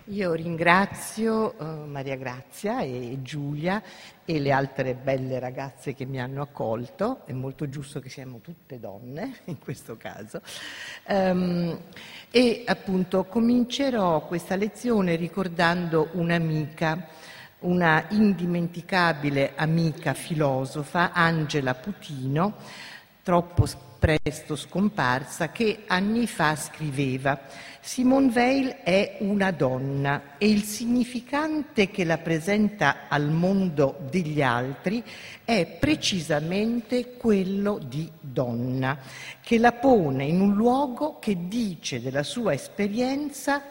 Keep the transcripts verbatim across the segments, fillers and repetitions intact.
Io ringrazio uh, Maria Grazia e Giulia e le altre belle ragazze che mi hanno accolto. È molto giusto che siamo tutte donne in questo caso. Um, e appunto comincerò questa lezione ricordando un'amica, una indimenticabile amica filosofa, Angela Putino, troppo presto scomparsa, che anni fa scriveva: Simone Weil è una donna e il significante che la presenta al mondo degli altri è precisamente quello di donna, che la pone in un luogo che dice della sua esperienza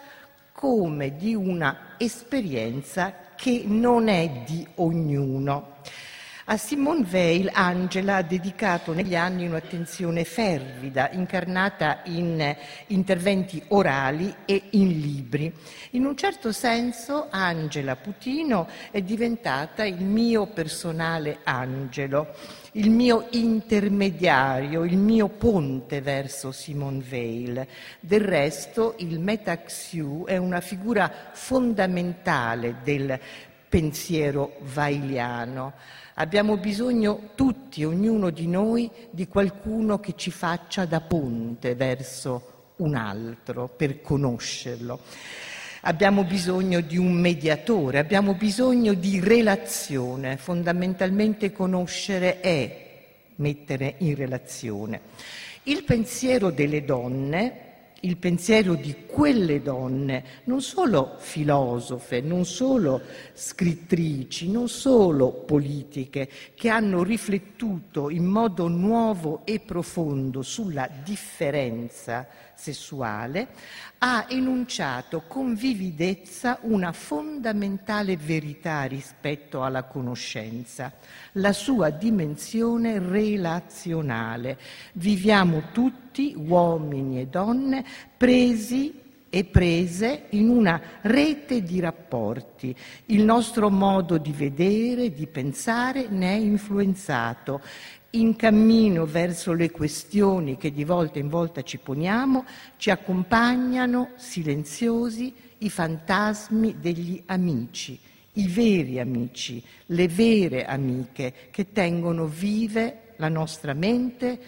come di una esperienza che non è di ognuno. A Simone Weil Angela ha dedicato negli anni un'attenzione fervida, incarnata in interventi orali e in libri. In un certo senso Angela Putino è diventata il mio personale angelo, il mio intermediario, il mio ponte verso Simone Weil. Del resto il Metaxiu è una figura fondamentale del pensiero weiliano. Abbiamo bisogno tutti, ognuno di noi, di qualcuno che ci faccia da ponte verso un altro per conoscerlo. Abbiamo bisogno di un mediatore, abbiamo bisogno di relazione. Fondamentalmente conoscere è mettere in relazione. Il pensiero delle donne, il pensiero di quelle donne, non solo filosofe, non solo scrittrici, non solo politiche, che hanno riflettuto in modo nuovo e profondo sulla differenza sessuale, ha enunciato con vividezza una fondamentale verità rispetto alla conoscenza, la sua dimensione relazionale. Viviamo tutti, uomini e donne, presi e prese in una rete di rapporti. Il nostro modo di vedere, di pensare ne è influenzato. In cammino verso le questioni che di volta in volta ci poniamo, ci accompagnano silenziosi i fantasmi degli amici, i veri amici, le vere amiche che tengono vive la nostra mente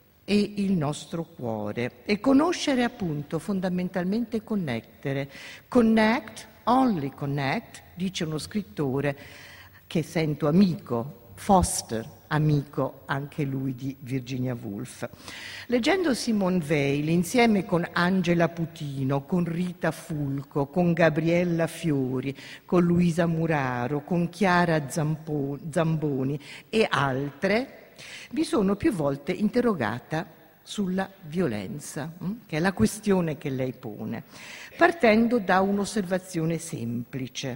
e il nostro cuore. E conoscere appunto fondamentalmente connettere. Connect, only connect, dice uno scrittore che sento amico, Foster, amico anche lui di Virginia Woolf. Leggendo Simone Weil insieme con Angela Putino, con Rita Fulco, con Gabriella Fiori, con Luisa Muraro, con Chiara Zamboni e altre, mi sono più volte interrogata sulla violenza, che è la questione che lei pone, partendo da un'osservazione semplice.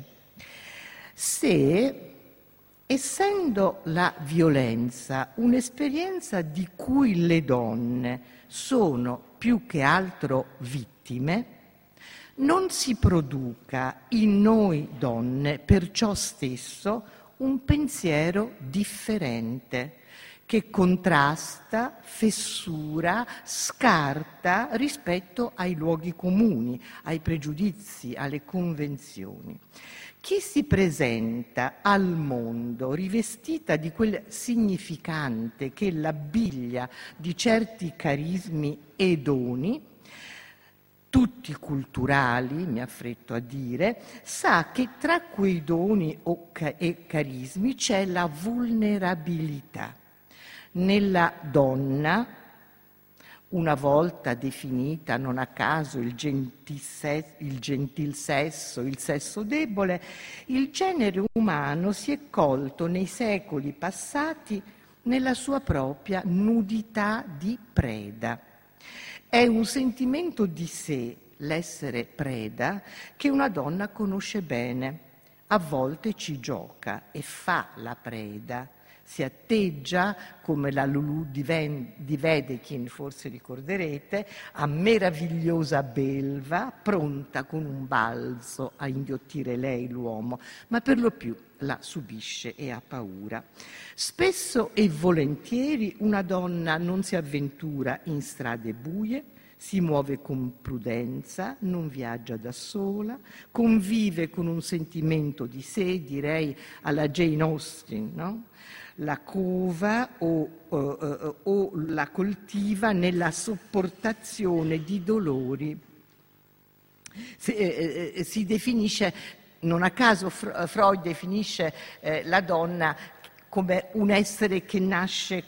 Se, essendo la violenza un'esperienza di cui le donne sono più che altro vittime, non si produca in noi donne perciò stesso un pensiero differente, che contrasta, fessura, scarta rispetto ai luoghi comuni, ai pregiudizi, alle convenzioni. Chi si presenta al mondo rivestita di quel significante che l'abiglia di certi carismi e doni, tutti culturali, mi affretto a dire, sa che tra quei doni e carismi c'è la vulnerabilità. Nella donna, una volta definita non a caso il gentil, sesso, il gentil sesso, il sesso debole, il genere umano si è colto nei secoli passati nella sua propria nudità di preda. È un sentimento di sé, l'essere preda, che una donna conosce bene. A volte ci gioca e fa la preda. Si atteggia, come la Lulù di, Ven- di Wedekind, forse ricorderete, a meravigliosa belva, pronta con un balzo a inghiottire lei l'uomo, ma per lo più la subisce e ha paura. Spesso e volentieri una donna non si avventura in strade buie, si muove con prudenza, non viaggia da sola, convive con un sentimento di sé, direi alla Jane Austen, no? La cova o, o, o, o la coltiva nella sopportazione di dolori. Si, eh, si definisce, non a caso Freud definisce eh, la donna come un essere che nasce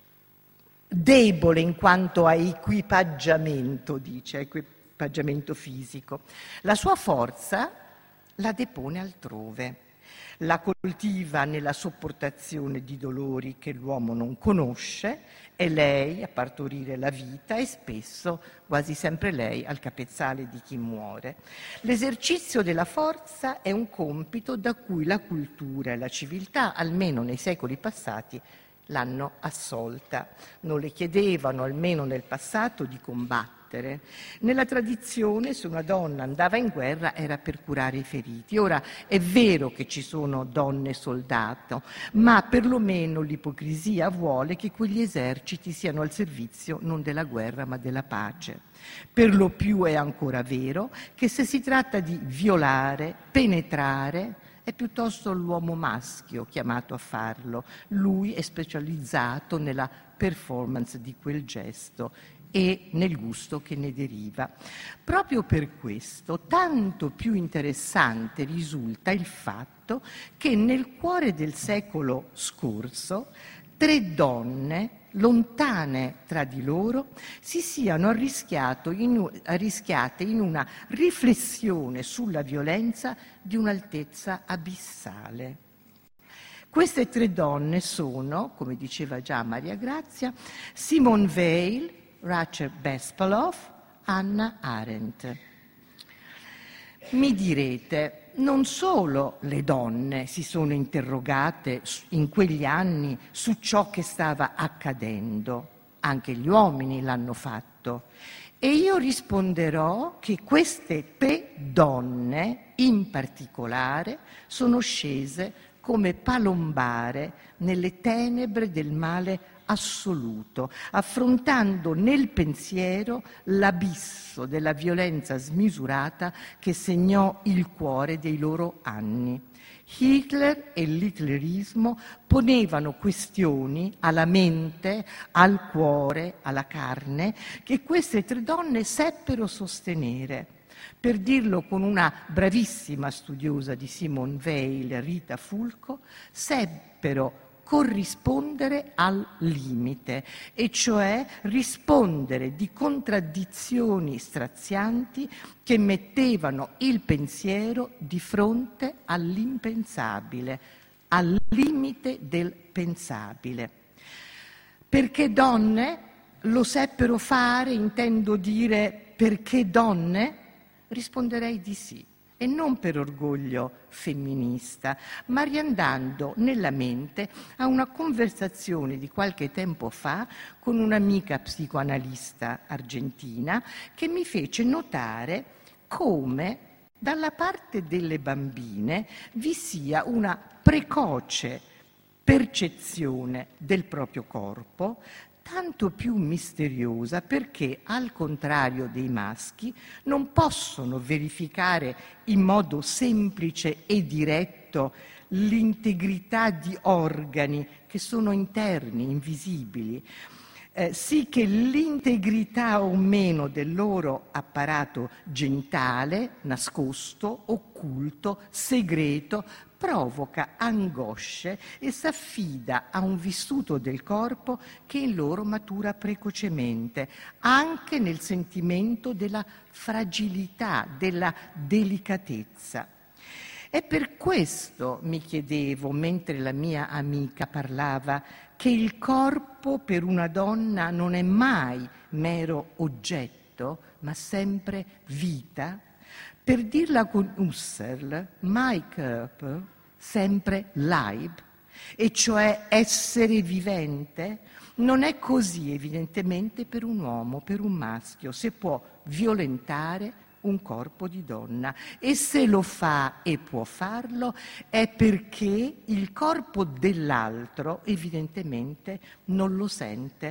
debole in quanto a equipaggiamento, dice, equipaggiamento fisico. La sua forza la depone altrove, la coltiva nella sopportazione di dolori che l'uomo non conosce, è lei a partorire la vita e spesso, quasi sempre lei, al capezzale di chi muore. L'esercizio della forza è un compito da cui la cultura e la civiltà, almeno nei secoli passati, l'hanno assolta. Non le chiedevano, almeno nel passato, di combattere. Nella tradizione, se una donna andava in guerra era per curare i feriti. Ora, è vero che ci sono donne soldato, ma perlomeno l'ipocrisia vuole che quegli eserciti siano al servizio non della guerra ma della pace. Per lo più è ancora vero che se si tratta di violare, penetrare, è piuttosto l'uomo maschio chiamato a farlo. Lui è specializzato nella performance di quel gesto e nel gusto che ne deriva. Proprio per questo, tanto più interessante risulta il fatto che nel cuore del secolo scorso tre donne lontane tra di loro si siano arrischiato in, arrischiate in una riflessione sulla violenza di un'altezza abissale. Queste tre donne sono, come diceva già Maria Grazia, Simone Weil, Rachel Bespalov, Hannah Arendt. Mi direte, non solo le donne si sono interrogate in quegli anni su ciò che stava accadendo, anche gli uomini l'hanno fatto. E io risponderò che queste tre donne, in particolare, sono scese come palombare nelle tenebre del male assoluto, affrontando nel pensiero l'abisso della violenza smisurata che segnò il cuore dei loro anni. Hitler e l'hitlerismo ponevano questioni alla mente, al cuore, alla carne, che queste tre donne seppero sostenere. Per dirlo con una bravissima studiosa di Simone Weil, Rita Fulco, seppero corrispondere al limite, e cioè rispondere di contraddizioni strazianti che mettevano il pensiero di fronte all'impensabile, al limite del pensabile. Perché donne lo seppero fare, intendo dire perché donne? Risponderei di sì. E non per orgoglio femminista, ma riandando nella mente a una conversazione di qualche tempo fa con un'amica psicoanalista argentina che mi fece notare come dalla parte delle bambine vi sia una precoce percezione del proprio corpo, tanto più misteriosa perché, al contrario dei maschi, non possono verificare in modo semplice e diretto l'integrità di organi che sono interni, invisibili, eh, sì che l'integrità o meno del loro apparato genitale, nascosto, occulto, segreto, provoca angosce e s'affida a un vissuto del corpo che in loro matura precocemente, anche nel sentimento della fragilità, della delicatezza. E per questo mi chiedevo, mentre la mia amica parlava, che il corpo per una donna non è mai mero oggetto, ma sempre vita. Per dirla con Husserl, mein Körper, sempre Leib, e cioè essere vivente, non è così evidentemente per un uomo, per un maschio. Se può violentare un corpo di donna e se lo fa e può farlo è perché il corpo dell'altro evidentemente non lo sente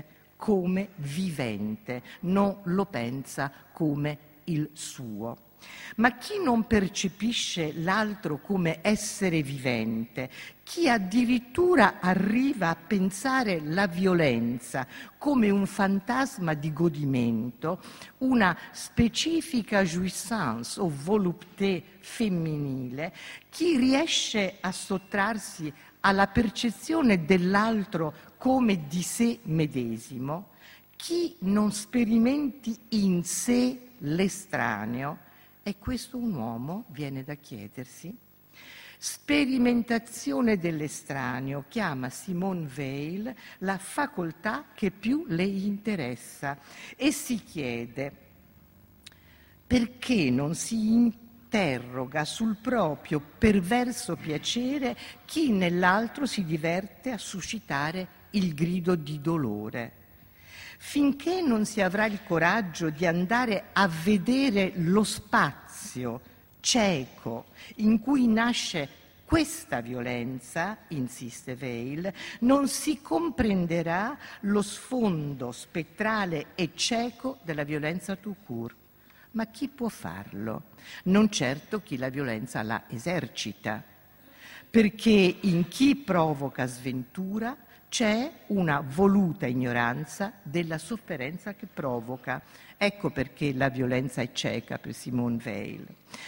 come vivente, non lo pensa come il suo. Ma chi non percepisce l'altro come essere vivente, chi addirittura arriva a pensare la violenza come un fantasma di godimento, una specifica jouissance o volupté femminile, chi riesce a sottrarsi alla percezione dell'altro come di sé medesimo, chi non sperimenti in sé l'estraneo, è questo un uomo? Viene da chiedersi. Sperimentazione dell'estraneo chiama Simone Weil la facoltà che più le interessa e si chiede perché non si interroga sul proprio perverso piacere chi nell'altro si diverte a suscitare il grido di dolore. Finché non si avrà il coraggio di andare a vedere lo spazio cieco in cui nasce questa violenza, insiste Weil, non si comprenderà lo sfondo spettrale e cieco della violenza tout court. Ma chi può farlo? Non certo chi la violenza la esercita, perché in chi provoca sventura c'è una voluta ignoranza della sofferenza che provoca. Ecco perché la violenza è cieca per Simone Weil.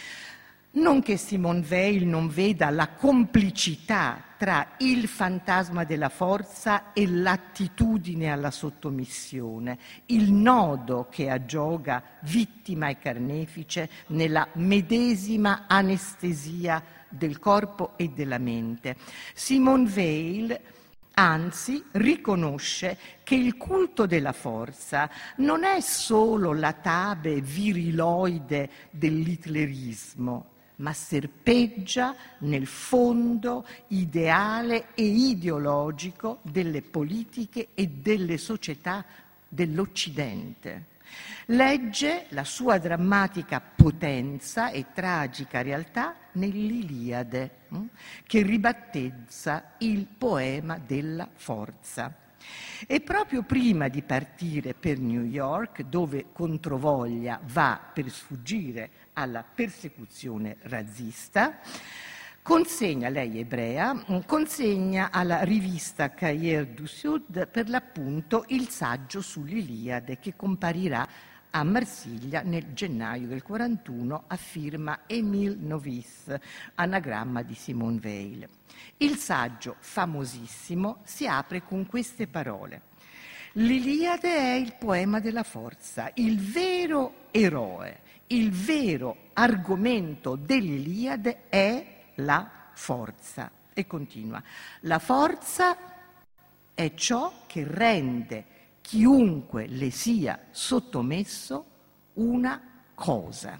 Non che Simone Weil non veda la complicità tra il fantasma della forza e l'attitudine alla sottomissione, il nodo che aggioga vittima e carnefice nella medesima anestesia del corpo e della mente. Simone Weil anzi riconosce che il culto della forza non è solo l'atabe viriloide dell'hitlerismo, ma serpeggia nel fondo ideale e ideologico delle politiche e delle società dell'Occidente. Legge la sua drammatica potenza e tragica realtà nell'Iliade, hm? che ribattezza il poema della forza. E proprio prima di partire per New York, dove controvoglia va per sfuggire alla persecuzione razzista, consegna, lei è ebrea, consegna alla rivista Cahiers du Sud per l'appunto il saggio sull'Iliade che comparirà a Marsiglia nel gennaio del quarantuno a firma Émile Novis, anagramma di Simone Weil. Il saggio, famosissimo, si apre con queste parole. L'Iliade è il poema della forza, il vero eroe, il vero argomento dell'Iliade è la forza. E continua. La forza è ciò che rende chiunque le sia sottomesso una cosa.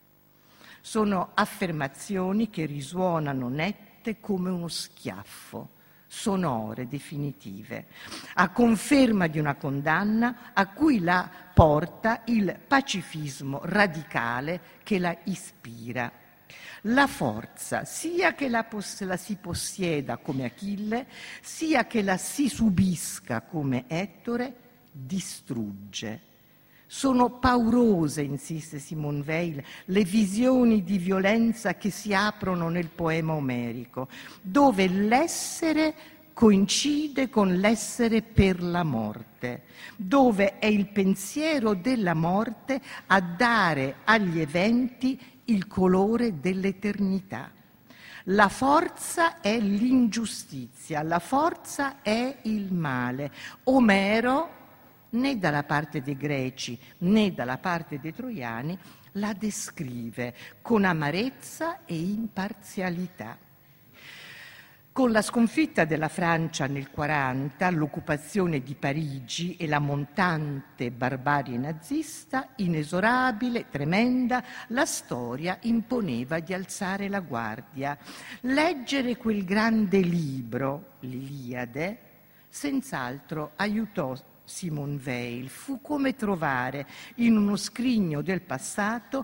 Sono affermazioni che risuonano nette come uno schiaffo, sonore, definitive, a conferma di una condanna a cui la porta il pacifismo radicale che la ispira. La forza, sia che la, poss- la si possieda come Achille, sia che la si subisca come Ettore, distrugge. Sono paurose, insiste Simone Weil, le visioni di violenza che si aprono nel poema omerico, dove l'essere coincide con l'essere per la morte, dove è il pensiero della morte a dare agli eventi il colore dell'eternità. La forza è l'ingiustizia, la forza è il male. Omero, né dalla parte dei greci né dalla parte dei troiani, la descrive con amarezza e imparzialità. Con la sconfitta della Francia nel quaranta, l'occupazione di Parigi e la montante barbarie nazista, inesorabile, tremenda, la storia imponeva di alzare la guardia. Leggere quel grande libro, l'Iliade, senz'altro aiutò Simone Weil. Fu come trovare in uno scrigno del passato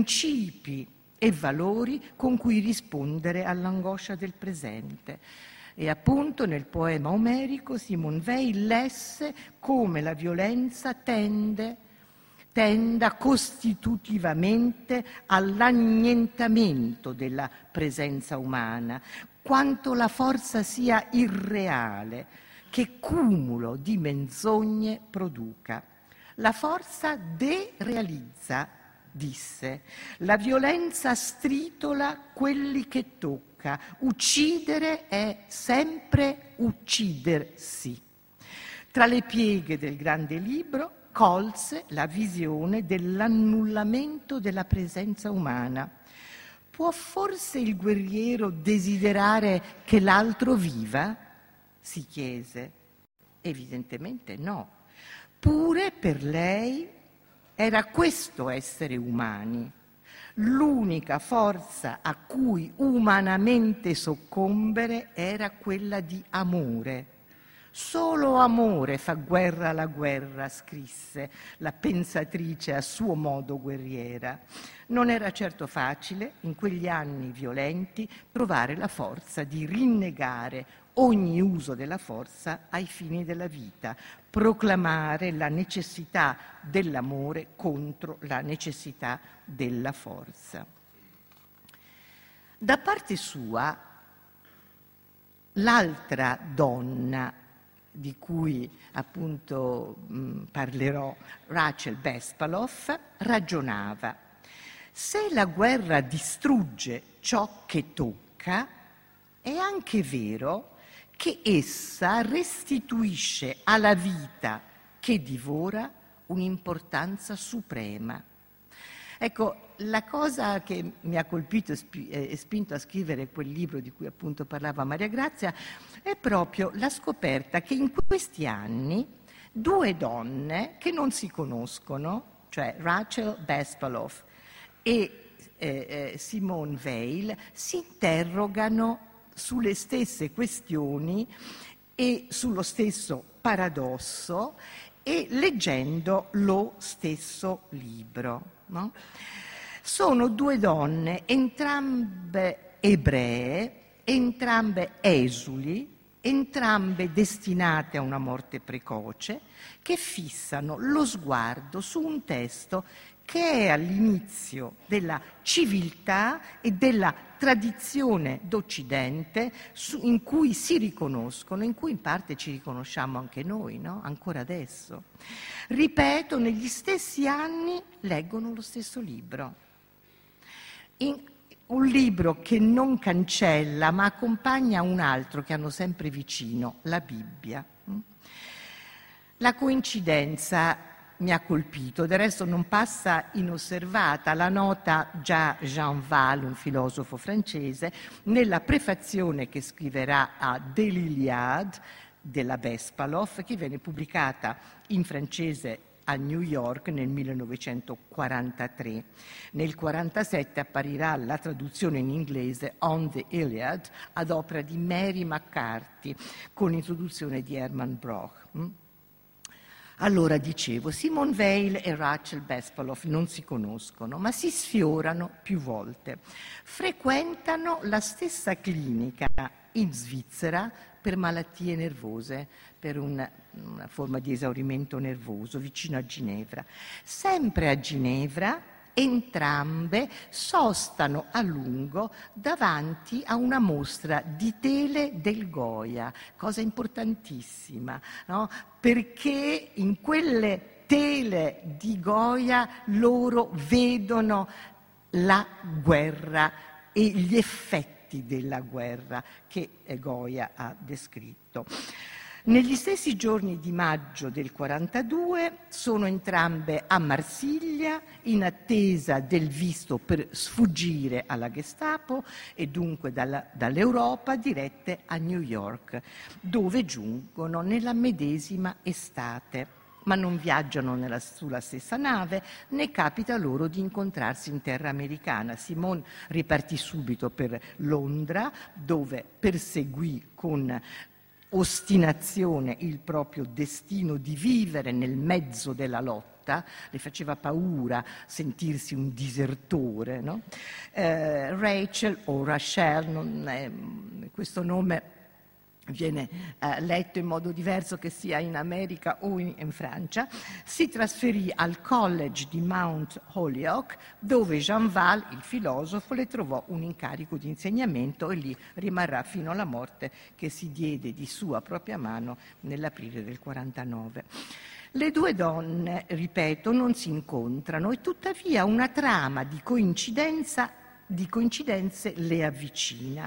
principi e valori con cui rispondere all'angoscia del presente. E appunto nel poema omerico Simone Weil lesse come la violenza tende, tenda costitutivamente all'annientamento della presenza umana, quanto la forza sia irreale, che cumulo di menzogne produca. La forza derealizza, disse, la violenza stritola quelli che tocca. Uccidere è sempre uccidersi. Tra le pieghe del grande libro colse la visione dell'annullamento della presenza umana. Può forse il guerriero desiderare che l'altro viva? Si chiese. Evidentemente no. Pure per lei era questo essere umani. L'unica forza a cui umanamente soccombere era quella di amore. Solo amore fa guerra alla guerra, scrisse la pensatrice a suo modo guerriera. Non era certo facile, in quegli anni violenti, trovare la forza di rinnegare ogni uso della forza ai fini della vita, proclamare la necessità dell'amore contro la necessità della forza. Da parte sua, l'altra donna di cui appunto mh, parlerò, Rachel Bespaloff, ragionava: se la guerra distrugge ciò che tocca, è anche vero che essa restituisce alla vita che divora un'importanza suprema. Ecco, la cosa che mi ha colpito e spinto a scrivere quel libro di cui appunto parlava Maria Grazia è proprio la scoperta che in questi anni due donne che non si conoscono, cioè Rachel Bespaloff e eh, eh, Simone Weil, si interrogano sulle stesse questioni e sullo stesso paradosso e leggendo lo stesso libro. No? Sono due donne, entrambe ebree, entrambe esuli, entrambe destinate a una morte precoce, che fissano lo sguardo su un testo che è all'inizio della civiltà e della tradizione d'Occidente in cui si riconoscono, in cui in parte ci riconosciamo anche noi, no? Ancora adesso. Ripeto, negli stessi anni leggono lo stesso libro. In un libro che non cancella ma accompagna un altro che hanno sempre vicino, la Bibbia. La coincidenza mi ha colpito, del resto non passa inosservata, la nota già Jean Val, un filosofo francese, nella prefazione che scriverà a De l'Iliade della Bespaloff, che viene pubblicata in francese a New York nel millenovecentoquarantatré. Nel millenovecentoquarantasette apparirà la traduzione in inglese On the Iliad ad opera di Mary McCarthy con l'introduzione di Hermann Broch. Allora, dicevo, Simone Weil e Rachel Bespaloff non si conoscono, ma si sfiorano più volte. Frequentano la stessa clinica in Svizzera per malattie nervose, per una, una forma di esaurimento nervoso, vicino a Ginevra. Sempre a Ginevra, entrambe sostano a lungo davanti a una mostra di tele del Goya, cosa importantissima, no? Perché in quelle tele di Goya loro vedono la guerra e gli effetti della guerra che Goya ha descritto. Negli stessi giorni di maggio del quarantadue sono entrambe a Marsiglia in attesa del visto per sfuggire alla Gestapo e dunque dalla, dall'Europa dirette a New York, dove giungono nella medesima estate. Ma non viaggiano nella, sulla stessa nave, né capita loro di incontrarsi in terra americana. Simone ripartì subito per Londra, dove perseguì con ostinazione il proprio destino di vivere nel mezzo della lotta. Le faceva paura sentirsi un disertore, no? Eh, Rachel o Rachel, non è, questo nome viene eh, letto in modo diverso che sia in America o in, in Francia, si trasferì al College di Mount Holyoke, dove Jean Val, il filosofo, le trovò un incarico di insegnamento e lì rimarrà fino alla morte, che si diede di sua propria mano nell'aprile del quarantanove. Le due donne, ripeto, non si incontrano e tuttavia una trama di coincidenza, di coincidenze le avvicina.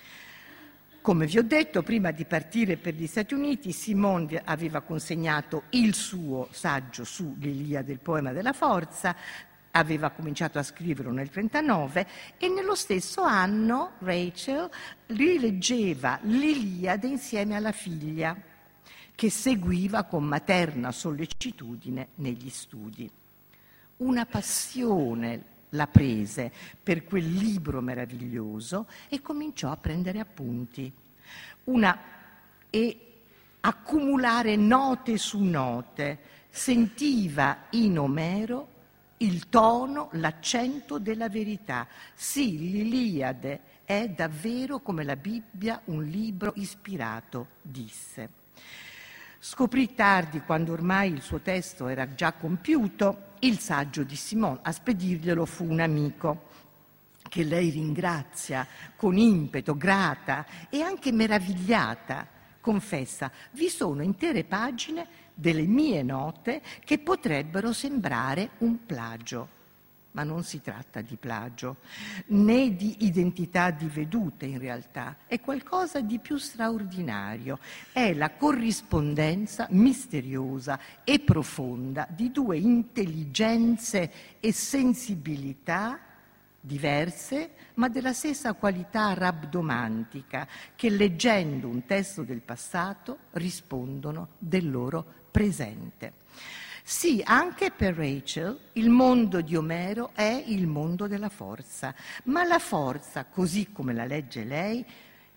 Come vi ho detto, prima di partire per gli Stati Uniti, Simone aveva consegnato il suo saggio su l'Iliade, il poema della forza, aveva cominciato a scriverlo nel trentanove e nello stesso anno Rachel rileggeva l'Iliade insieme alla figlia, che seguiva con materna sollecitudine negli studi. Una passione la prese per quel libro meraviglioso e cominciò a prendere appunti una, e accumulare note su note. Sentiva in Omero il tono, l'accento della verità. Sì, l'Iliade è davvero come la Bibbia un libro ispirato, disse. Scoprì tardi, quando ormai il suo testo era già compiuto, il saggio di Simone. A spedirglielo fu un amico che lei ringrazia con impeto, grata e anche meravigliata. Confessa: vi sono intere pagine delle mie note che potrebbero sembrare un plagio. Ma non si tratta di plagio, né di identità di vedute in realtà, è qualcosa di più straordinario, è la corrispondenza misteriosa e profonda di due intelligenze e sensibilità diverse, ma della stessa qualità rabdomantica, che leggendo un testo del passato rispondono del loro presente. Sì, anche per Rachel il mondo di Omero è il mondo della forza, ma la forza, così come la legge lei,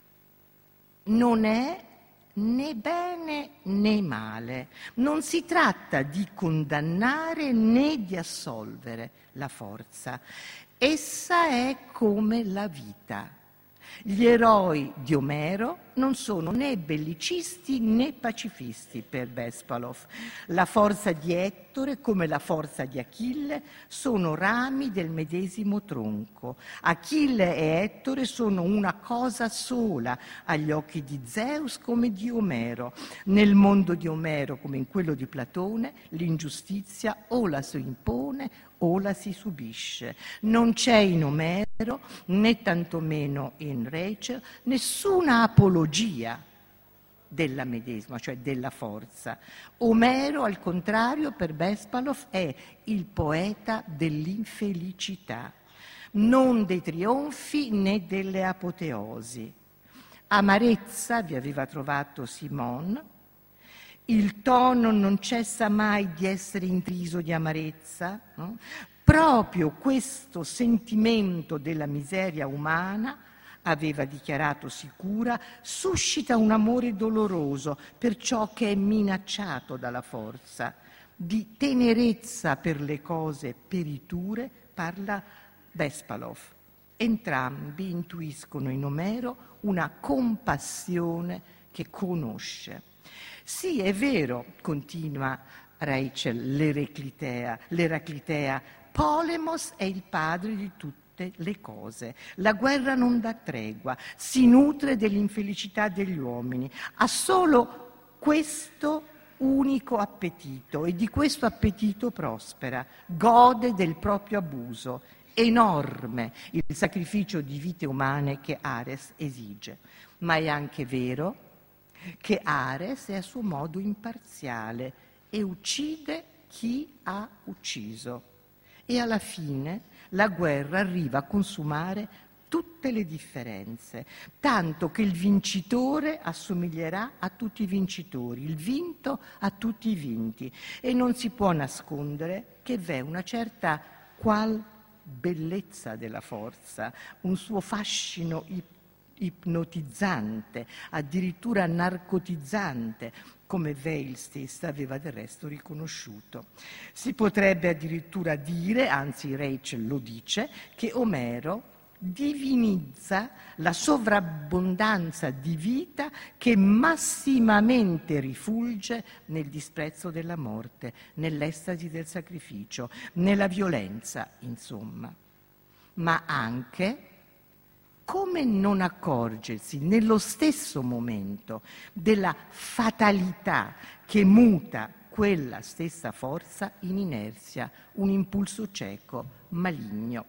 non è né bene né male. Non si tratta di condannare né di assolvere la forza. Essa è come la vita. Gli eroi di Omero non sono né bellicisti né pacifisti per Vespalov. La forza di Ettore, come la forza di Achille, sono rami del medesimo tronco. Achille e Ettore sono una cosa sola agli occhi di Zeus come di Omero. Nel mondo di Omero, come in quello di Platone, l'ingiustizia o la si impone o la si subisce. Non c'è in Omero, né tantomeno in Rachel, nessuna apologia della medesima, cioè della forza. Omero, al contrario, per Vespalov è il poeta dell'infelicità, non dei trionfi né delle apoteosi. Amarezza vi aveva trovato Simone. Il tono non cessa mai di essere intriso di amarezza, no? Proprio questo sentimento della miseria umana, aveva dichiarato sicura, suscita un amore doloroso per ciò che è minacciato dalla forza. Di tenerezza per le cose periture parla Vespalov. Entrambi intuiscono in Omero una compassione che conosce. Sì, è vero, continua Rachel, l'Eraclitea, l'Eraclitea, Polemos è il padre di tutte le cose. La guerra non dà tregua, si nutre dell'infelicità degli uomini, ha solo questo unico appetito e di questo appetito prospera, gode del proprio abuso. Enorme il sacrificio di vite umane che Ares esige, ma è anche vero che Ares è a suo modo imparziale e uccide chi ha ucciso. E alla fine la guerra arriva a consumare tutte le differenze, tanto che il vincitore assomiglierà a tutti i vincitori, il vinto a tutti i vinti, e non si può nascondere che v'è una certa qual bellezza della forza, un suo fascino ipnotico, ipnotizzante, addirittura narcotizzante, come Weil stessa aveva del resto riconosciuto. Si potrebbe addirittura dire, anzi Rachel lo dice, che Omero divinizza la sovrabbondanza di vita che massimamente rifulge nel disprezzo della morte, nell'estasi del sacrificio, nella violenza, insomma. Ma anche come non accorgersi nello stesso momento della fatalità che muta quella stessa forza in inerzia, un impulso cieco, maligno.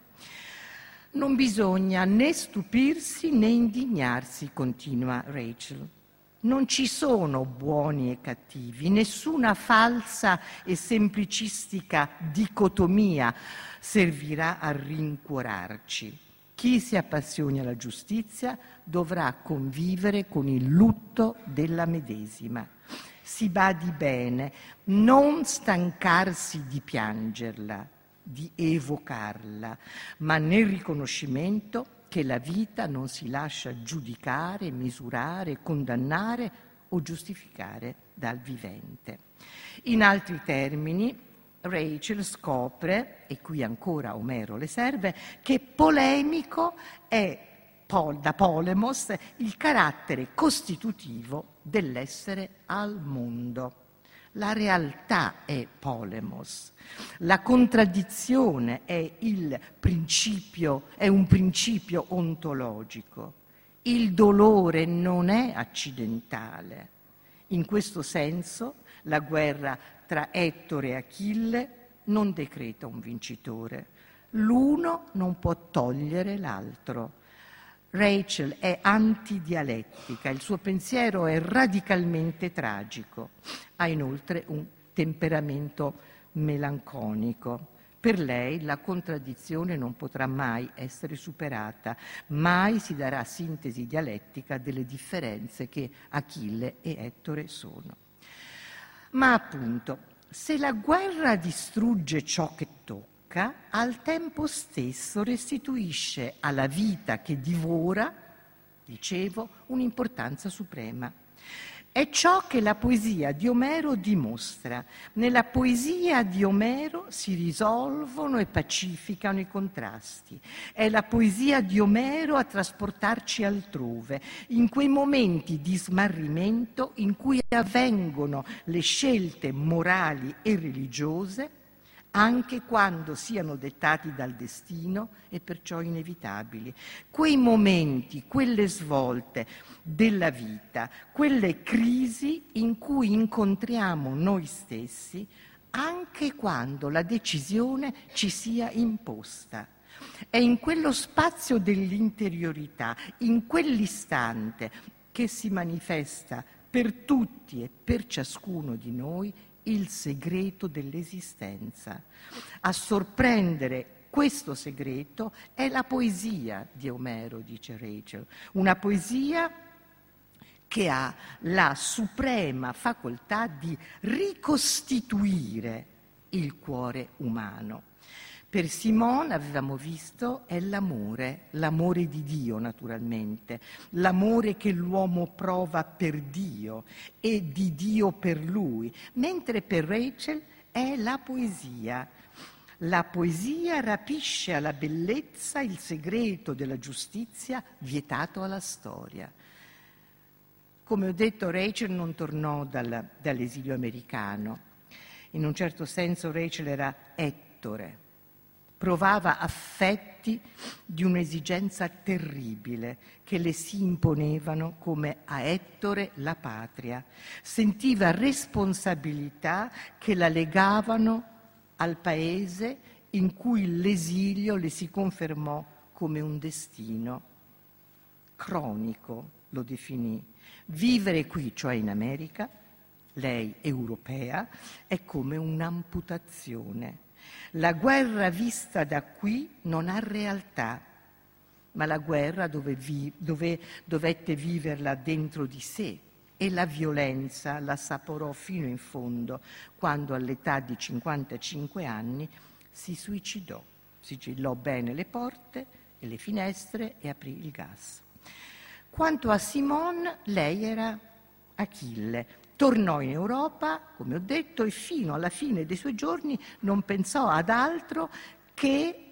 Non bisogna né stupirsi né indignarsi, continua Rachel. Non ci sono buoni e cattivi, nessuna falsa e semplicistica dicotomia servirà a rincuorarci. Chi si appassioni alla giustizia dovrà convivere con il lutto della medesima. Si badi bene, non stancarsi di piangerla, di evocarla, ma nel riconoscimento che la vita non si lascia giudicare, misurare, condannare o giustificare dal vivente. In altri termini, Rachel scopre, e qui ancora Omero le serve, che polemico è da polemos il carattere costitutivo dell'essere al mondo. La realtà è polemos, la contraddizione è il principio, è un principio ontologico. Il dolore non è accidentale. In questo senso, la guerra tra Ettore e Achille non decreta un vincitore. L'uno non può togliere l'altro. Rachel è antidialettica, il suo pensiero è radicalmente tragico. Ha inoltre un temperamento melanconico. Per lei la contraddizione non potrà mai essere superata, mai si darà sintesi dialettica delle differenze che Achille e Ettore sono. Ma appunto, se la guerra distrugge ciò che tocca, al tempo stesso restituisce alla vita che divora, dicevo, un'importanza suprema. È ciò che la poesia di Omero dimostra. Nella poesia di Omero si risolvono e pacificano i contrasti. È la poesia di Omero a trasportarci altrove, in quei momenti di smarrimento in cui avvengono le scelte morali e religiose, anche quando siano dettati dal destino e perciò inevitabili. Quei momenti, quelle svolte della vita, quelle crisi in cui incontriamo noi stessi, anche quando la decisione ci sia imposta. È in quello spazio dell'interiorità, in quell'istante, che si manifesta per tutti e per ciascuno di noi il segreto dell'esistenza. A sorprendere questo segreto è la poesia di Omero, dice Rachel, una poesia che ha la suprema facoltà di ricostituire il cuore umano. Per Simone, avevamo visto, è l'amore, l'amore di Dio naturalmente, l'amore che l'uomo prova per Dio e di Dio per lui, mentre per Rachel è la poesia. La poesia rapisce alla bellezza il segreto della giustizia vietato alla storia. Come ho detto, Rachel non tornò dal, dall'esilio americano. In un certo senso Rachel era Ettore. Provava affetti di un'esigenza terribile che le si imponevano come a Ettore la patria. Sentiva responsabilità che la legavano al paese in cui l'esilio le si confermò come un destino. Cronico lo definì. Vivere qui, cioè in America, lei europea, è come un'amputazione. La guerra vista da qui non ha realtà, ma la guerra dove vi, dove dovette viverla dentro di sé e la violenza la saporò fino in fondo quando all'età di cinquantacinque anni si suicidò. Sigillò bene le porte e le finestre e aprì il gas. Quanto a Simone, lei era Achille. Tornò in Europa, come ho detto, e fino alla fine dei suoi giorni non pensò ad altro che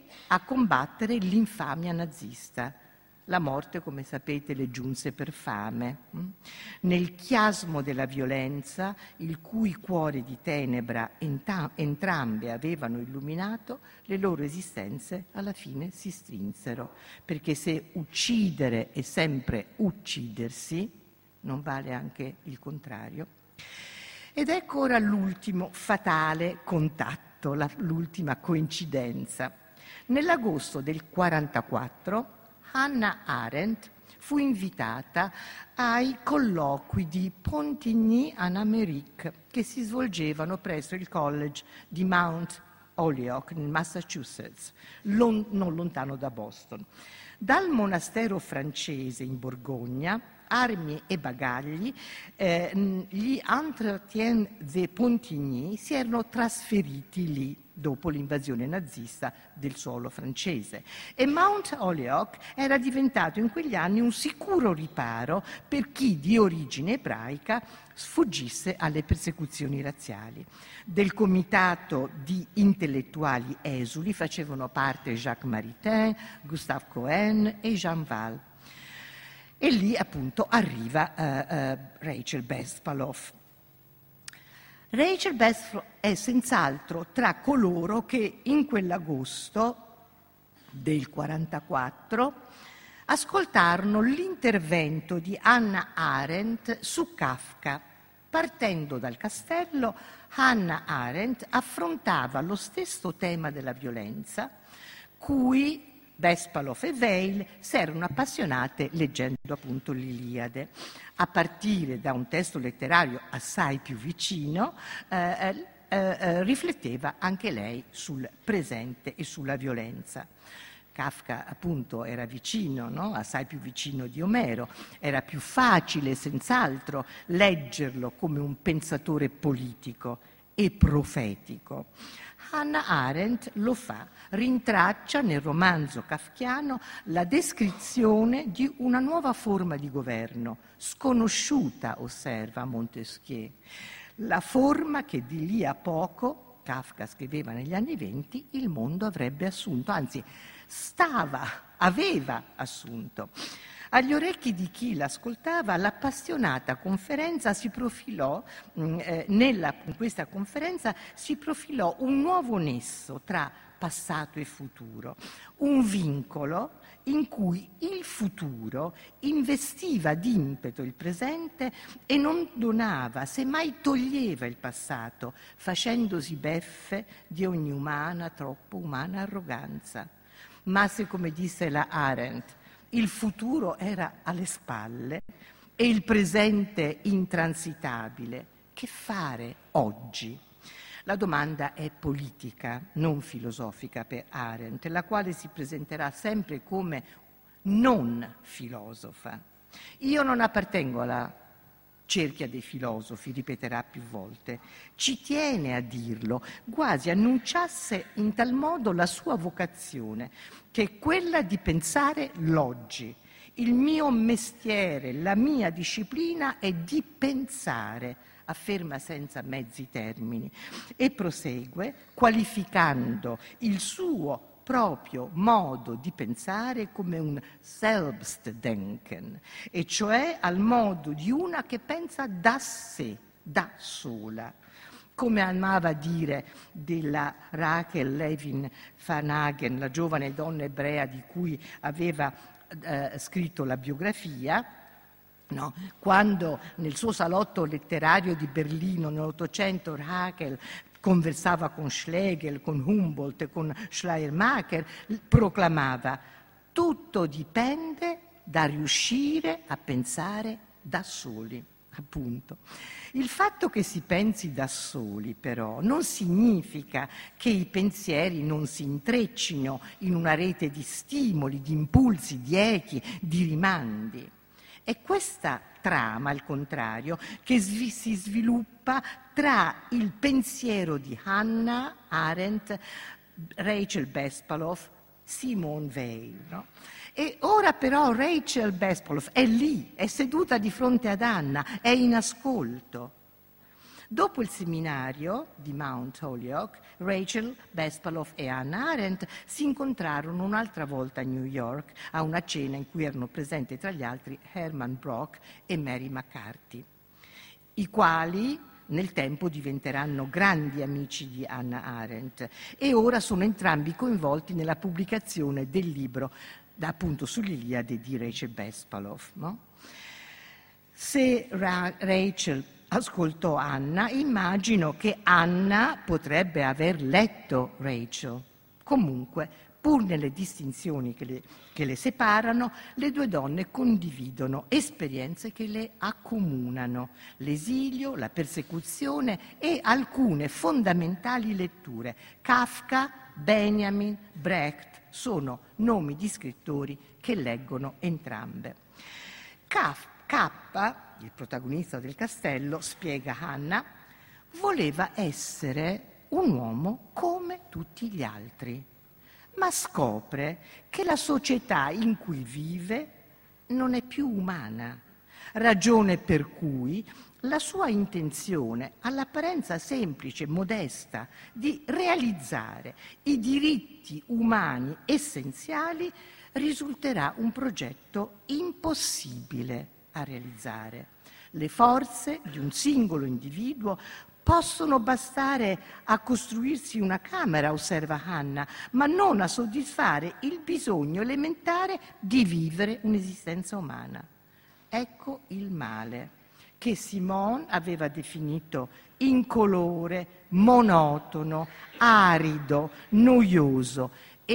a combattere l'infamia nazista. La morte, come sapete, le giunse per fame. Nel chiasmo della violenza, il cui cuore di tenebra enta- entrambe avevano illuminato, le loro esistenze alla fine si strinsero, perché se uccidere è sempre uccidersi, non vale anche il contrario. Ed ecco ora l'ultimo fatale contatto, la, l'ultima coincidenza. Nell'agosto del quarantaquattro Hannah Arendt fu invitata ai colloqui di Pontigny-en-Amérique che si svolgevano presso il college di Mount Holyoke nel Massachusetts, lon- non lontano da Boston. Dal monastero francese in Borgogna, armi e bagagli, eh, gli Entretiens de Pontigny si erano trasferiti lì dopo l'invasione nazista del suolo francese. E Mount Holyoke era diventato in quegli anni un sicuro riparo per chi di origine ebraica sfuggisse alle persecuzioni razziali. Del comitato di intellettuali esuli facevano parte Jacques Maritain, Gustave Cohen e Jean Val. E lì appunto arriva uh, uh, Rachel Bespalov. Rachel Bespalov è senz'altro tra coloro che in quell'agosto del quarantaquattro ascoltarono l'intervento di Hannah Arendt su Kafka. Partendo dal castello, Hannah Arendt affrontava lo stesso tema della violenza cui Bespalov e Weil si erano appassionate leggendo appunto l'Iliade, a partire da un testo letterario assai più vicino, eh, eh, eh, rifletteva anche lei sul presente e sulla violenza. Kafka appunto era vicino, no? Assai più vicino di Omero, era più facile senz'altro leggerlo come un pensatore politico e profetico. Hannah Arendt lo fa, rintraccia nel romanzo kafkiano la descrizione di una nuova forma di governo, sconosciuta, osserva Montesquieu, la forma che di lì a poco, Kafka scriveva negli anni venti, il mondo avrebbe assunto, anzi stava, aveva assunto. Agli orecchi di chi l'ascoltava, l'appassionata conferenza si profilò, mh, eh, nella, in questa conferenza si profilò un nuovo nesso tra passato e futuro, un vincolo in cui il futuro investiva d'impeto il presente e non donava, semmai toglieva il passato, facendosi beffe di ogni umana, troppo umana arroganza. Ma se, come disse la Arendt, il futuro era alle spalle e il presente intransitabile, che fare oggi? La domanda è politica, non filosofica per Arendt, la quale si presenterà sempre come non filosofa. Io non appartengo alla cerchia dei filosofi, ripeterà più volte, ci tiene a dirlo, quasi annunciasse in tal modo la sua vocazione, che è quella di pensare l'oggi. Il mio mestiere, la mia disciplina è di pensare, afferma senza mezzi termini, e prosegue qualificando il suo proprio modo di pensare come un Selbstdenken, e cioè al modo di una che pensa da sé, da sola. Come amava dire della Rachel Levin Van Hagen, la giovane donna ebrea di cui aveva eh, scritto la biografia, no? Quando nel suo salotto letterario di Berlino nell'Ottocento Rachel conversava con Schlegel, con Humboldt e con Schleiermacher, proclamava: tutto dipende da riuscire a pensare da soli, appunto. Il fatto che si pensi da soli, però, non significa che i pensieri non si intreccino in una rete di stimoli, di impulsi, di echi, di rimandi. È questa trama, al contrario, che svi- si sviluppa tra il pensiero di Hannah Arendt, Rachel Bespalov, Simone Weil. No? E ora però Rachel Bespalov è lì, è seduta di fronte ad Hannah, è in ascolto. Dopo il seminario di Mount Holyoke, Rachel Bespaloff e Hannah Arendt si incontrarono un'altra volta a New York a una cena in cui erano presenti tra gli altri Herman Brock e Mary McCarthy, i quali nel tempo diventeranno grandi amici di Hannah Arendt e ora sono entrambi coinvolti nella pubblicazione del libro appunto sull'Iliade di Rachel Bespaloff. No? Se Ra- Rachel ascoltò Anna, immagino che Anna potrebbe aver letto Rachel. Comunque, pur nelle distinzioni che le, che le separano, le due donne condividono esperienze che le accomunano: l'esilio, la persecuzione e alcune fondamentali letture. Kafka, Benjamin, Brecht sono nomi di scrittori che leggono entrambe. Kafka K, il protagonista del castello, spiega Hannah, voleva essere un uomo come tutti gli altri, ma scopre che la società in cui vive non è più umana, ragione per cui la sua intenzione, all'apparenza semplice e modesta, di realizzare i diritti umani essenziali risulterà un progetto impossibile a realizzare. Le forze di un singolo individuo possono bastare a costruirsi una camera, osserva Hannah, ma non a soddisfare il bisogno elementare di vivere un'esistenza umana. Ecco il male che Simone aveva definito incolore, monotono, arido, noioso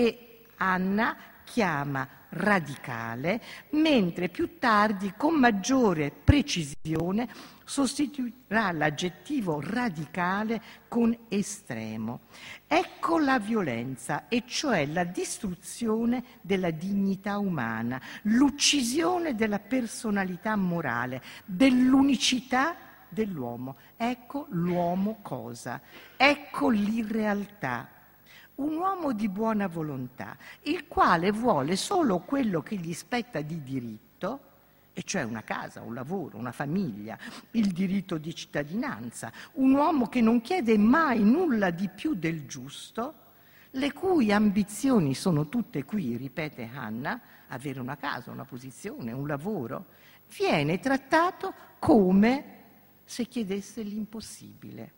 e Hannah chiama radicale, mentre più tardi con maggiore precisione sostituirà l'aggettivo radicale con estremo. Ecco la violenza, e cioè la distruzione della dignità umana, l'uccisione della personalità morale, dell'unicità dell'uomo. Ecco l'uomo cosa, ecco l'irrealtà. Un uomo di buona volontà, il quale vuole solo quello che gli spetta di diritto, e cioè una casa, un lavoro, una famiglia, il diritto di cittadinanza, un uomo che non chiede mai nulla di più del giusto, le cui ambizioni sono tutte qui, ripete Hannah, avere una casa, una posizione, un lavoro, viene trattato come se chiedesse l'impossibile.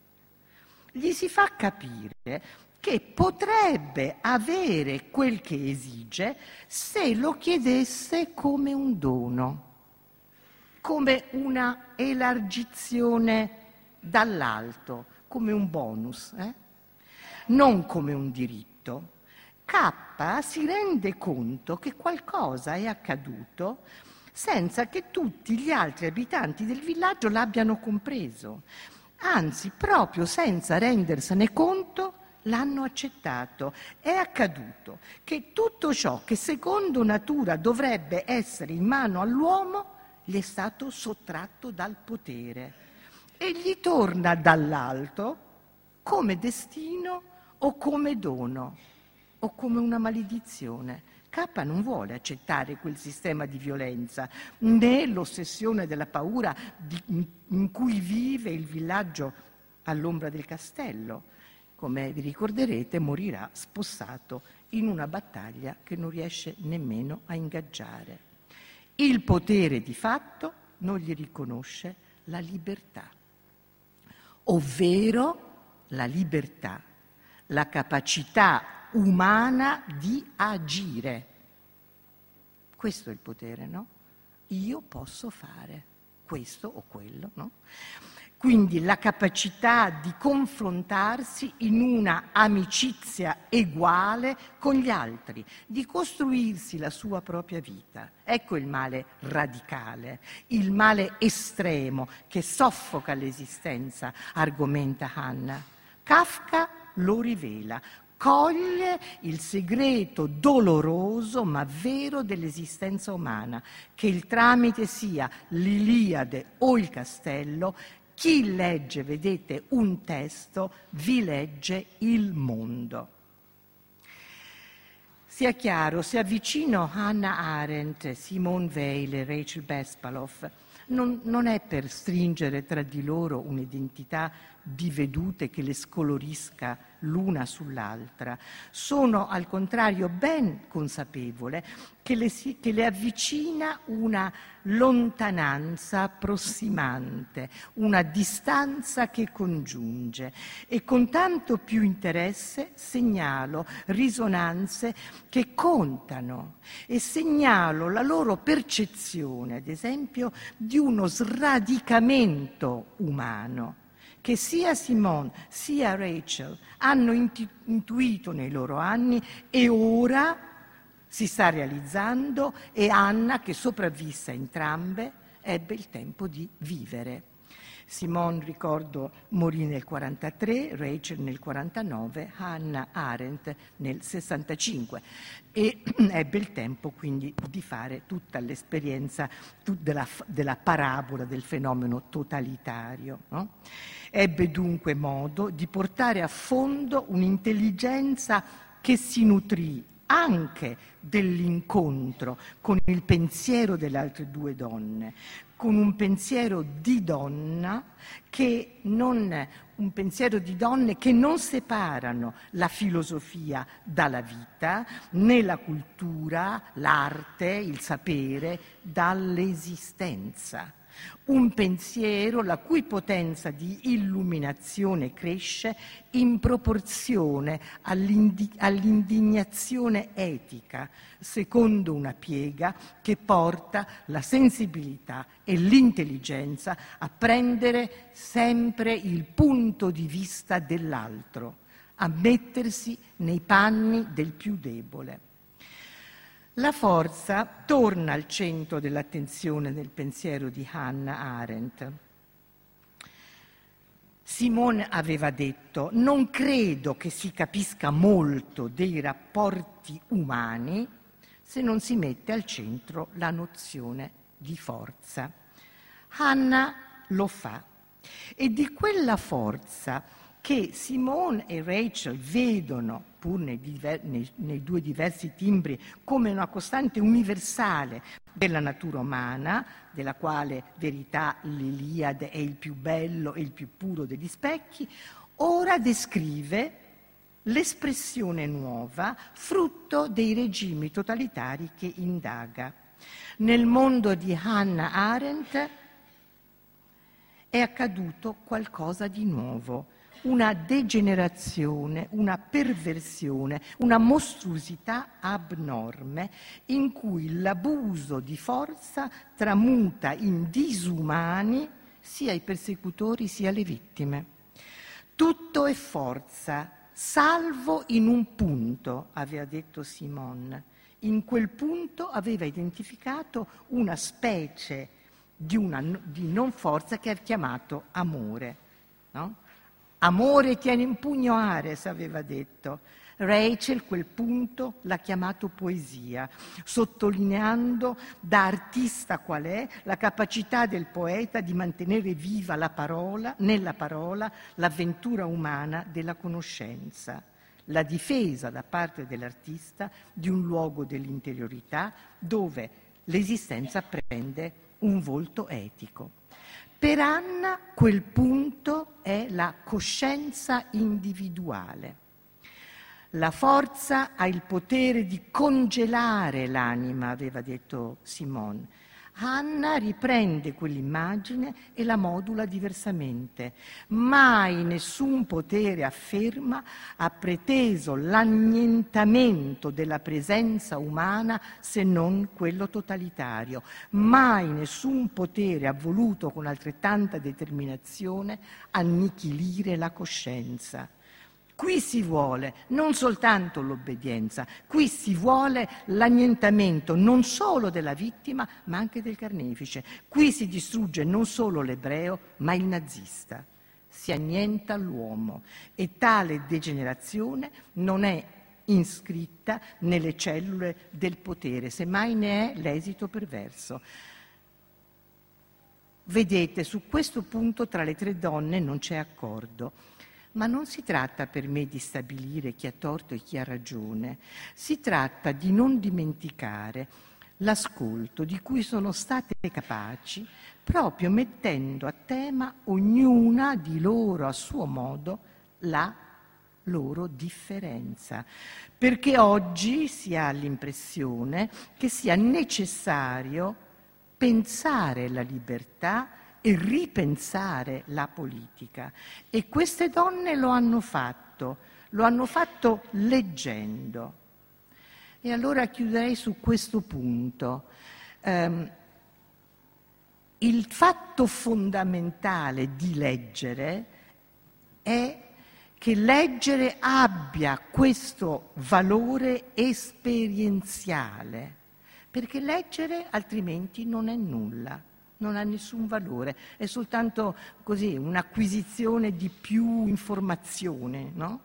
Gli si fa capire che potrebbe avere quel che esige se lo chiedesse come un dono, come una elargizione dall'alto, come un bonus, eh? Non come un diritto. K si rende conto che qualcosa è accaduto senza che tutti gli altri abitanti del villaggio l'abbiano compreso, anzi proprio senza rendersene conto l'hanno accettato. È accaduto che tutto ciò che secondo natura dovrebbe essere in mano all'uomo gli è stato sottratto dal potere e gli torna dall'alto come destino o come dono o come una maledizione. K non vuole accettare quel sistema di violenza, né l'ossessione della paura di, in cui vive il villaggio all'ombra del castello. Come vi ricorderete, morirà spossato in una battaglia che non riesce nemmeno a ingaggiare. Il potere di fatto non gli riconosce la libertà, ovvero la libertà, la capacità umana di agire. Questo è il potere, no? Io posso fare questo o quello, no? Quindi la capacità di confrontarsi in una amicizia eguale con gli altri, di costruirsi la sua propria vita. Ecco il male radicale, il male estremo che soffoca l'esistenza, argomenta Hannah. Kafka lo rivela, coglie il segreto doloroso ma vero dell'esistenza umana, che il tramite sia l'Iliade o il castello. Chi legge, vedete, un testo, vi legge il mondo. Sia chiaro, se avvicino Hannah Arendt, Simone Weil e Rachel Bespaloff non, non è per stringere tra di loro un'identità di vedute che le scolorisca l'una sull'altra. Sono al contrario ben consapevole che le, si, che le avvicina una lontananza approssimante, una distanza che congiunge, e con tanto più interesse segnalo risonanze che contano e segnalo la loro percezione, ad esempio, di uno sradicamento umano che sia Simone sia Rachel hanno intu- intuito nei loro anni e ora si sta realizzando, e Anna, che sopravvisse a entrambe, ebbe il tempo di vivere. Simone, ricordo, morì nel quarantatré, Rachel nel quarantanove, Hannah Arendt nel sessantacinque, e ebbe il tempo quindi di fare tutta l'esperienza della, della parabola del fenomeno totalitario, no? Ebbe dunque modo di portare a fondo un'intelligenza che si nutrì anche dell'incontro con il pensiero delle altre due donne, con un pensiero di donna che non, un pensiero di donne che non separano la filosofia dalla vita, né la cultura, l'arte, il sapere dall'esistenza. Un pensiero la cui potenza di illuminazione cresce in proporzione all'indi- all'indignazione etica, secondo una piega che porta la sensibilità e l'intelligenza a prendere sempre il punto di vista dell'altro, a mettersi nei panni del più debole. La forza torna al centro dell'attenzione del pensiero di Hannah Arendt. Simone aveva detto: non credo che si capisca molto dei rapporti umani se non si mette al centro la nozione di forza. Hannah lo fa, e di quella forza che Simone e Rachel vedono, pur nei, diver- nei, nei due diversi timbri, come una costante universale della natura umana, della quale verità l'Iliade è il più bello e il più puro degli specchi, ora descrive l'espressione nuova, frutto dei regimi totalitari che indaga. Nel mondo di Hannah Arendt è accaduto qualcosa di nuovo, una degenerazione, una perversione, una mostruosità abnorme in cui l'abuso di forza tramuta in disumani sia i persecutori sia le vittime. Tutto è forza, salvo in un punto, aveva detto Simone. In quel punto aveva identificato una specie di, una, di non forza che ha chiamato amore, no? Amore tiene in pugno Ares, aveva detto. Rachel quel punto l'ha chiamato poesia, sottolineando da artista qual è la capacità del poeta di mantenere viva la parola, nella parola l'avventura umana della conoscenza, la difesa da parte dell'artista di un luogo dell'interiorità dove l'esistenza prende un volto etico. Per Anna quel punto è la coscienza individuale. La forza ha il potere di congelare l'anima, aveva detto Simone. Anna riprende quell'immagine e la modula diversamente. Mai nessun potere, afferma, ha preteso l'annientamento della presenza umana se non quello totalitario. Mai nessun potere ha voluto con altrettanta determinazione annichilire la coscienza. Qui si vuole non soltanto l'obbedienza, qui si vuole l'annientamento non solo della vittima ma anche del carnefice. Qui si distrugge non solo l'ebreo ma il nazista. Si annienta l'uomo, e tale degenerazione non è iscritta nelle cellule del potere, semmai ne è l'esito perverso. Vedete, su questo punto tra le tre donne non c'è accordo. Ma non si tratta per me di stabilire chi ha torto e chi ha ragione, si tratta di non dimenticare l'ascolto di cui sono state capaci, proprio mettendo a tema ognuna di loro a suo modo la loro differenza, perché oggi si ha l'impressione che sia necessario pensare la libertà e ripensare la politica, e queste donne lo hanno fatto, lo hanno fatto leggendo. E allora chiuderei su questo punto. Um, il fatto fondamentale di leggere è che leggere abbia questo valore esperienziale, perché leggere altrimenti non è nulla, non ha nessun valore, è soltanto così un'acquisizione di più informazione, no?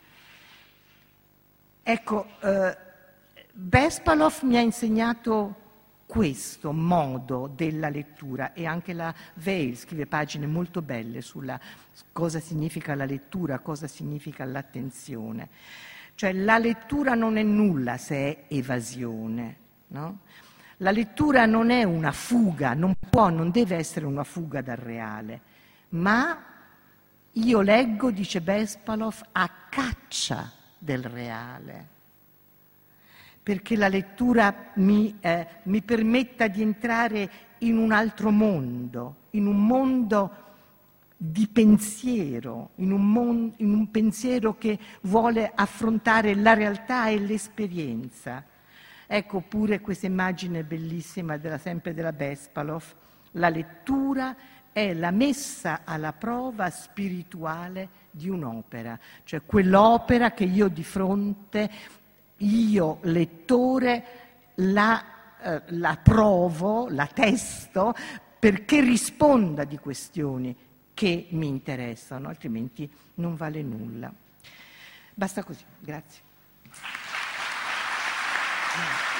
Ecco, eh, Bespalov mi ha insegnato questo modo della lettura, e anche la Weil scrive pagine molto belle sulla cosa significa la lettura, cosa significa l'attenzione. Cioè la lettura non è nulla se è evasione, no? La lettura non è una fuga, non può, non deve essere una fuga dal reale, ma io leggo, dice Bespalov, a caccia del reale, perché la lettura mi, eh, mi permetta di entrare in un altro mondo, in un mondo di pensiero, in un, mon- in un pensiero che vuole affrontare la realtà e l'esperienza. Ecco pure questa immagine bellissima della, sempre della Bespalov: la lettura è la messa alla prova spirituale di un'opera, cioè quell'opera che io di fronte, io lettore, la, eh, la provo, la testo, perché risponda di questioni che mi interessano, altrimenti non vale nulla. Basta così, grazie.